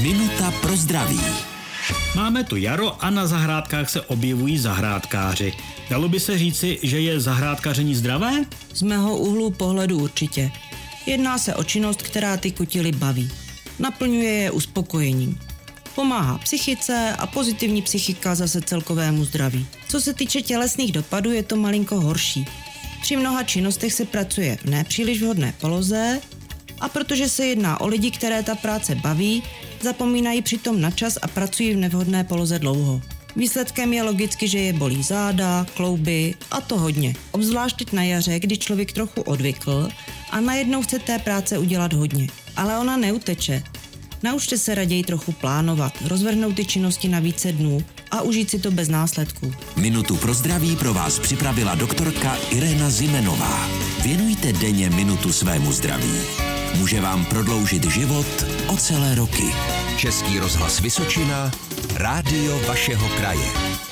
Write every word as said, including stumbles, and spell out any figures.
Minuta pro zdraví. Máme tu jaro a na zahrádkách se objevují zahrádkáři. Dalo by se říci, že je zahrádkaření zdravé? Z mého úhlu pohledu určitě. Jedná se o činnost, která ty kutily baví. Naplňuje je uspokojením. Pomáhá psychice a pozitivní psychika zase celkovému zdraví. Co se týče tělesných dopadů, je to malinko horší. Při mnoha činnostech se pracuje v nepříliš vhodné poloze a protože se jedná o lidi, které ta práce baví, zapomínají přitom na čas a pracují v nevhodné poloze dlouho. Výsledkem je logicky, že je bolí záda, klouby a to hodně. Obzvlášť teď na jaře, kdy člověk trochu odvykl a najednou chce té práce udělat hodně. Ale ona neuteče. Naučte se raději trochu plánovat, rozvrhnout ty činnosti na více dnů a užít si to bez následků. Minutu pro zdraví pro vás připravila doktorka Irena Zimenová. Věnujte denně minutu svému zdraví. Může vám prodloužit život o celé roky. Český rozhlas Vysočina, rádio vašeho kraje.